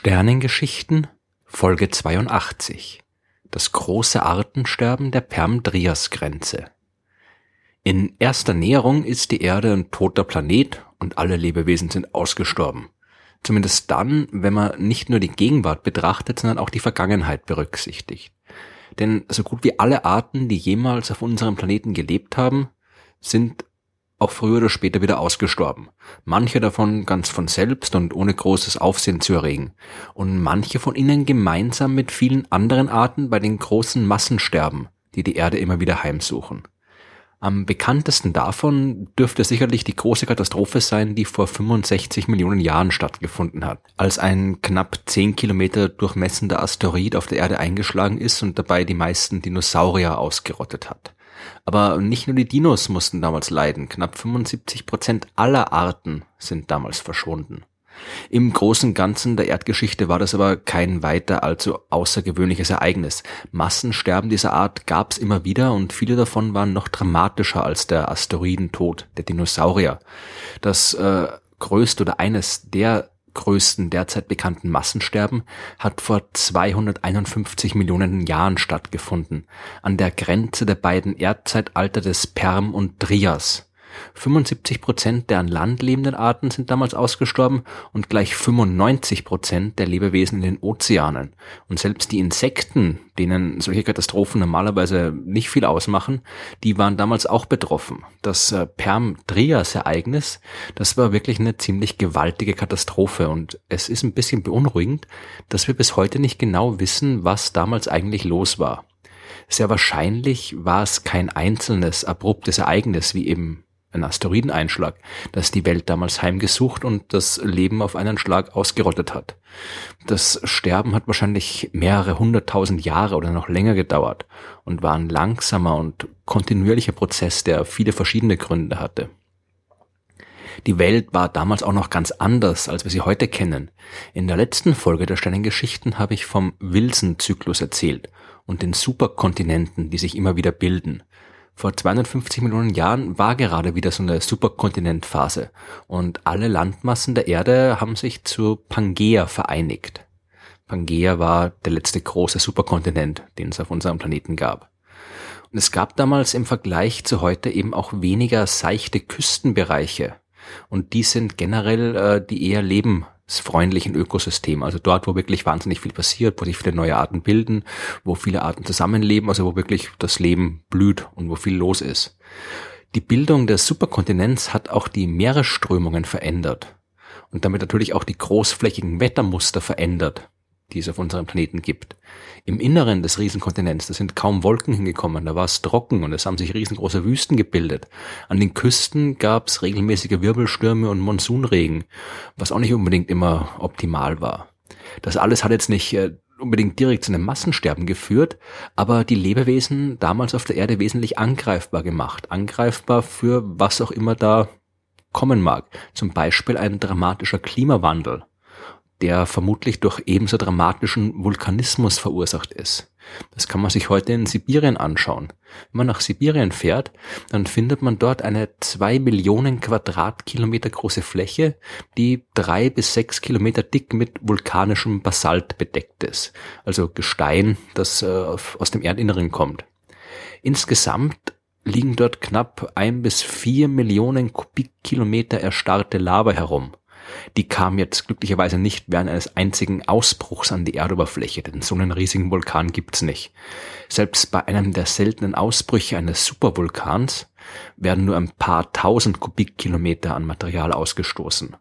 Sternengeschichten, Folge 82. Das große Artensterben der Perm-Drias-Grenze. In erster Näherung ist die Erde ein toter Planet und alle Lebewesen sind ausgestorben. Zumindest dann, wenn man nicht nur die Gegenwart betrachtet, sondern auch die Vergangenheit berücksichtigt. Denn so gut wie alle Arten, die jemals auf unserem Planeten gelebt haben, sind auch früher oder später wieder ausgestorben. Manche davon ganz von selbst und ohne großes Aufsehen zu erregen. Und manche von ihnen gemeinsam mit vielen anderen Arten bei den großen Massensterben, die die Erde immer wieder heimsuchen. Am bekanntesten davon dürfte sicherlich die große Katastrophe sein, die vor 65 Millionen Jahren stattgefunden hat, als ein knapp 10 Kilometer durchmessender Asteroid auf der Erde eingeschlagen ist und dabei die meisten Dinosaurier ausgerottet hat. Aber nicht nur die Dinos mussten damals leiden, knapp 75% aller Arten sind damals verschwunden. Im großen und Ganzen der Erdgeschichte war das aber kein weiter allzu außergewöhnliches Ereignis. Massensterben dieser Art gab es immer wieder und viele davon waren noch dramatischer als der Asteroidentod der Dinosaurier. Das größte oder eines der größten derzeit bekannten Massensterben hat vor 251 Millionen Jahren stattgefunden, an der Grenze der beiden Erdzeitalter des Perm und Trias. 75% der an Land lebenden Arten sind damals ausgestorben und gleich 95% der Lebewesen in den Ozeanen. Und selbst die Insekten, denen solche Katastrophen normalerweise nicht viel ausmachen, die waren damals auch betroffen. Das Perm-Trias-Ereignis, das war wirklich eine ziemlich gewaltige Katastrophe und es ist ein bisschen beunruhigend, dass wir bis heute nicht genau wissen, was damals eigentlich los war. Sehr wahrscheinlich war es kein einzelnes abruptes Ereignis, wie eben ein Asteroideneinschlag, das die Welt damals heimgesucht und das Leben auf einen Schlag ausgerottet hat. Das Sterben hat wahrscheinlich mehrere 100.000 Jahre oder noch länger gedauert und war ein langsamer und kontinuierlicher Prozess, der viele verschiedene Gründe hatte. Die Welt war damals auch noch ganz anders, als wir sie heute kennen. In der letzten Folge der Sternengeschichten habe ich vom Wilson-Zyklus erzählt und den Superkontinenten, die sich immer wieder bilden. Vor 250 Millionen Jahren war gerade wieder so eine Superkontinentphase und alle Landmassen der Erde haben sich zu Pangaea vereinigt. Pangaea war der letzte große Superkontinent, den es auf unserem Planeten gab. Und es gab damals im Vergleich zu heute eben auch weniger seichte Küstenbereiche und die sind generell die eher lebensfreundlichen Ökosysteme, also dort, wo wirklich wahnsinnig viel passiert, wo sich viele neue Arten bilden, wo viele Arten zusammenleben, also wo wirklich das Leben blüht und wo viel los ist. Die Bildung des Superkontinents hat auch die Meeresströmungen verändert und damit natürlich auch die großflächigen Wettermuster verändert, die es auf unserem Planeten gibt. Im Inneren des Riesenkontinents, da sind kaum Wolken hingekommen, da war es trocken und es haben sich riesengroße Wüsten gebildet. An den Küsten gab es regelmäßige Wirbelstürme und Monsunregen, was auch nicht unbedingt immer optimal war. Das alles hat jetzt nicht unbedingt direkt zu einem Massensterben geführt, aber die Lebewesen damals auf der Erde wesentlich angreifbar gemacht. Angreifbar für was auch immer da kommen mag. Zum Beispiel ein dramatischer Klimawandel, der vermutlich durch ebenso dramatischen Vulkanismus verursacht ist. Das kann man sich heute in Sibirien anschauen. Wenn man nach Sibirien fährt, dann findet man dort eine 2 Millionen Quadratkilometer große Fläche, die 3 bis 6 Kilometer dick mit vulkanischem Basalt bedeckt ist. Also Gestein, das aus dem Erdinneren kommt. Insgesamt liegen dort knapp 1 bis 4 Millionen Kubikkilometer erstarrte Lava herum. Die kam jetzt glücklicherweise nicht während eines einzigen Ausbruchs an die Erdoberfläche, denn so einen riesigen Vulkan gibt's nicht. Selbst bei einem der seltenen Ausbrüche eines Supervulkans werden nur ein paar tausend Kubikkilometer an Material ausgestoßen.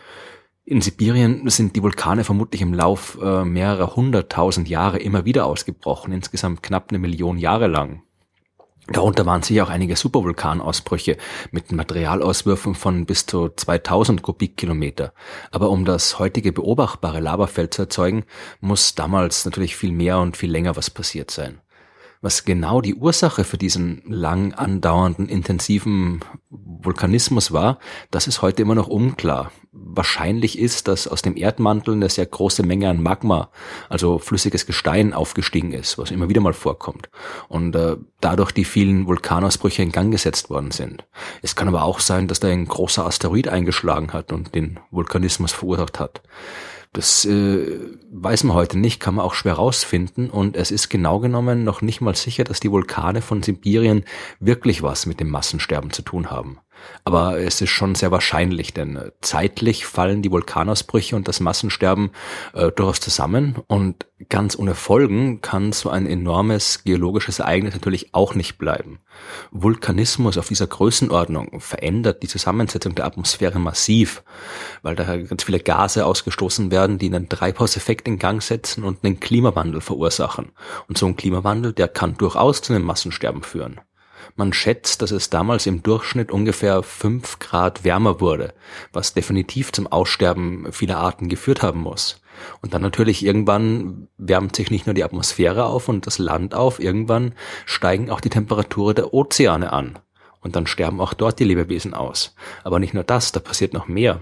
In Sibirien sind die Vulkane vermutlich im Lauf mehrerer 100.000 Jahre immer wieder ausgebrochen, insgesamt knapp 1 Million Jahre lang. Darunter waren sicher auch einige Supervulkanausbrüche mit Materialauswürfen von bis zu 2000 Kubikkilometer. Aber um das heutige beobachtbare Lavafeld zu erzeugen, muss damals natürlich viel mehr und viel länger was passiert sein. Was genau die Ursache für diesen lang andauernden, intensiven Vulkanismus war, das ist heute immer noch unklar. Wahrscheinlich ist, dass aus dem Erdmantel eine sehr große Menge an Magma, also flüssiges Gestein, aufgestiegen ist, was immer wieder mal vorkommt. Und dadurch die vielen Vulkanausbrüche in Gang gesetzt worden sind. Es kann aber auch sein, dass da ein großer Asteroid eingeschlagen hat und den Vulkanismus verursacht hat. Das weiß man heute nicht, kann man auch schwer rausfinden, und es ist genau genommen noch nicht mal sicher, dass die Vulkane von Sibirien wirklich was mit dem Massensterben zu tun haben. Aber es ist schon sehr wahrscheinlich, denn zeitlich fallen die Vulkanausbrüche und das Massensterben durchaus zusammen, und ganz ohne Folgen kann so ein enormes geologisches Ereignis natürlich auch nicht bleiben. Vulkanismus auf dieser Größenordnung verändert die Zusammensetzung der Atmosphäre massiv, weil da ganz viele Gase ausgestoßen werden, die einen Treibhauseffekt in Gang setzen und einen Klimawandel verursachen. Und so ein Klimawandel, der kann durchaus zu einem Massensterben führen. Man schätzt, dass es damals im Durchschnitt ungefähr 5 Grad wärmer wurde, was definitiv zum Aussterben vieler Arten geführt haben muss. Und dann natürlich irgendwann wärmt sich nicht nur die Atmosphäre auf und das Land auf, irgendwann steigen auch die Temperaturen der Ozeane an. Und dann sterben auch dort die Lebewesen aus. Aber nicht nur das, da passiert noch mehr.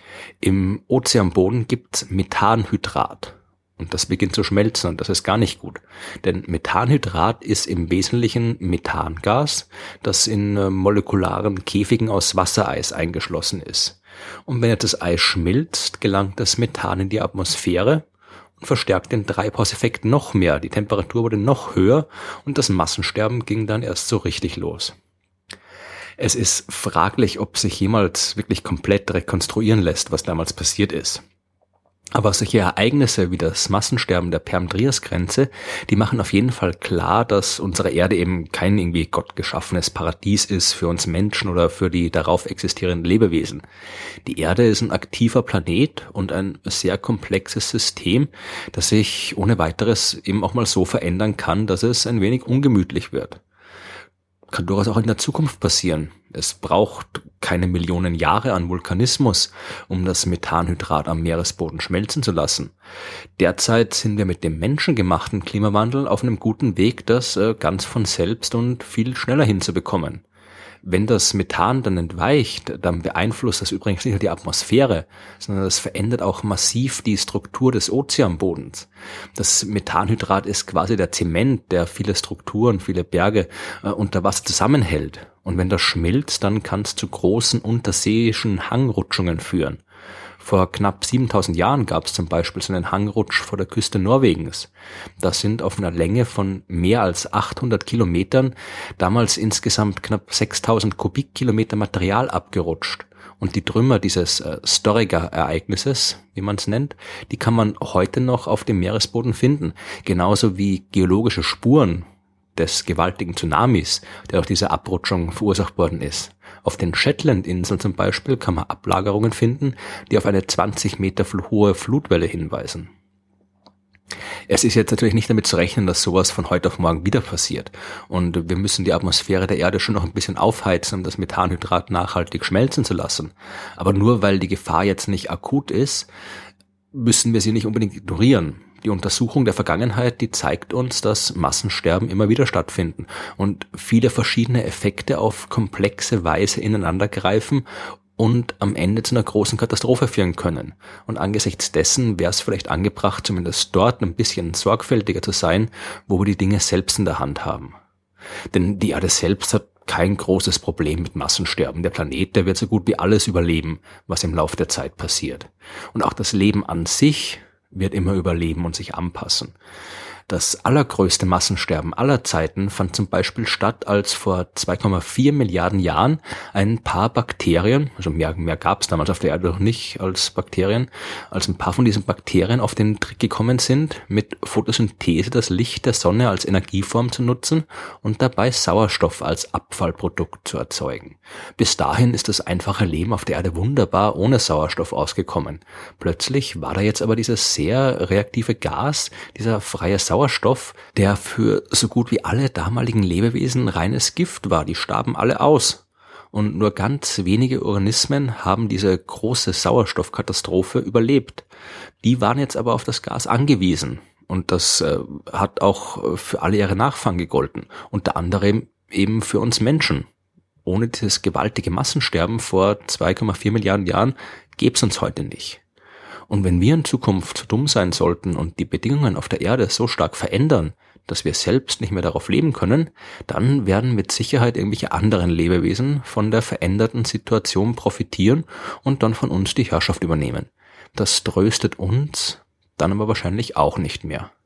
Im Ozeanboden gibt's Methanhydrat. Und das beginnt zu schmelzen, und das ist gar nicht gut. Denn Methanhydrat ist im Wesentlichen Methangas, das in molekularen Käfigen aus Wassereis eingeschlossen ist. Und wenn jetzt das Eis schmilzt, gelangt das Methan in die Atmosphäre und verstärkt den Treibhauseffekt noch mehr. Die Temperatur wurde noch höher und das Massensterben ging dann erst so richtig los. Es ist fraglich, ob sich jemals wirklich komplett rekonstruieren lässt, was damals passiert ist. Aber solche Ereignisse wie das Massensterben der Perm-Trias-Grenze, die machen auf jeden Fall klar, dass unsere Erde eben kein irgendwie gottgeschaffenes Paradies ist für uns Menschen oder für die darauf existierenden Lebewesen. Die Erde ist ein aktiver Planet und ein sehr komplexes System, das sich ohne weiteres eben auch mal so verändern kann, dass es ein wenig ungemütlich wird. Kann durchaus auch in der Zukunft passieren. Es braucht keine Millionen Jahre an Vulkanismus, um das Methanhydrat am Meeresboden schmelzen zu lassen. Derzeit sind wir mit dem menschengemachten Klimawandel auf einem guten Weg, das ganz von selbst und viel schneller hinzubekommen. Wenn das Methan dann entweicht, dann beeinflusst das übrigens nicht nur die Atmosphäre, sondern das verändert auch massiv die Struktur des Ozeanbodens. Das Methanhydrat ist quasi der Zement, der viele Strukturen, viele Berge unter Wasser zusammenhält. Und wenn das schmilzt, dann kann es zu großen unterseeischen Hangrutschungen führen. Vor knapp 7000 Jahren gab es zum Beispiel so einen Hangrutsch vor der Küste Norwegens. Da sind auf einer Länge von mehr als 800 Kilometern damals insgesamt knapp 6000 Kubikkilometer Material abgerutscht. Und die Trümmer dieses Storegga-Ereignisses, wie man es nennt, die kann man heute noch auf dem Meeresboden finden. Genauso wie geologische Spuren des gewaltigen Tsunamis, der durch diese Abrutschung verursacht worden ist. Auf den Shetland-Inseln zum Beispiel kann man Ablagerungen finden, die auf eine 20 Meter hohe Flutwelle hinweisen. Es ist jetzt natürlich nicht damit zu rechnen, dass sowas von heute auf morgen wieder passiert. Und wir müssen die Atmosphäre der Erde schon noch ein bisschen aufheizen, um das Methanhydrat nachhaltig schmelzen zu lassen. Aber nur weil die Gefahr jetzt nicht akut ist, müssen wir sie nicht unbedingt ignorieren. Die Untersuchung der Vergangenheit, die zeigt uns, dass Massensterben immer wieder stattfinden und viele verschiedene Effekte auf komplexe Weise ineinander greifen und am Ende zu einer großen Katastrophe führen können. Und angesichts dessen wäre es vielleicht angebracht, zumindest dort ein bisschen sorgfältiger zu sein, wo wir die Dinge selbst in der Hand haben. Denn die Erde selbst hat kein großes Problem mit Massensterben. Der Planet, der wird so gut wie alles überleben, was im Laufe der Zeit passiert. Und auch das Leben an sich wird immer überleben und sich anpassen. Das allergrößte Massensterben aller Zeiten fand zum Beispiel statt, als vor 2,4 Milliarden Jahren ein paar Bakterien, also mehr gab es damals auf der Erde noch nicht als Bakterien, als ein paar von diesen Bakterien auf den Trick gekommen sind, mit Photosynthese das Licht der Sonne als Energieform zu nutzen und dabei Sauerstoff als Abfallprodukt zu erzeugen. Bis dahin ist das einfache Leben auf der Erde wunderbar ohne Sauerstoff ausgekommen. Plötzlich war da jetzt aber dieses sehr reaktive Gas, dieser freie Sauerstoff, der für so gut wie alle damaligen Lebewesen reines Gift war. Die starben alle aus. Und nur ganz wenige Organismen haben diese große Sauerstoffkatastrophe überlebt. Die waren jetzt aber auf das Gas angewiesen. Und das hat auch für alle ihre Nachfahren gegolten. Unter anderem eben für uns Menschen. Ohne dieses gewaltige Massensterben vor 2,4 Milliarden Jahren gäbe es uns heute nicht. Und wenn wir in Zukunft so dumm sein sollten und die Bedingungen auf der Erde so stark verändern, dass wir selbst nicht mehr darauf leben können, dann werden mit Sicherheit irgendwelche anderen Lebewesen von der veränderten Situation profitieren und dann von uns die Herrschaft übernehmen. das tröstet uns dann aber wahrscheinlich auch nicht mehr.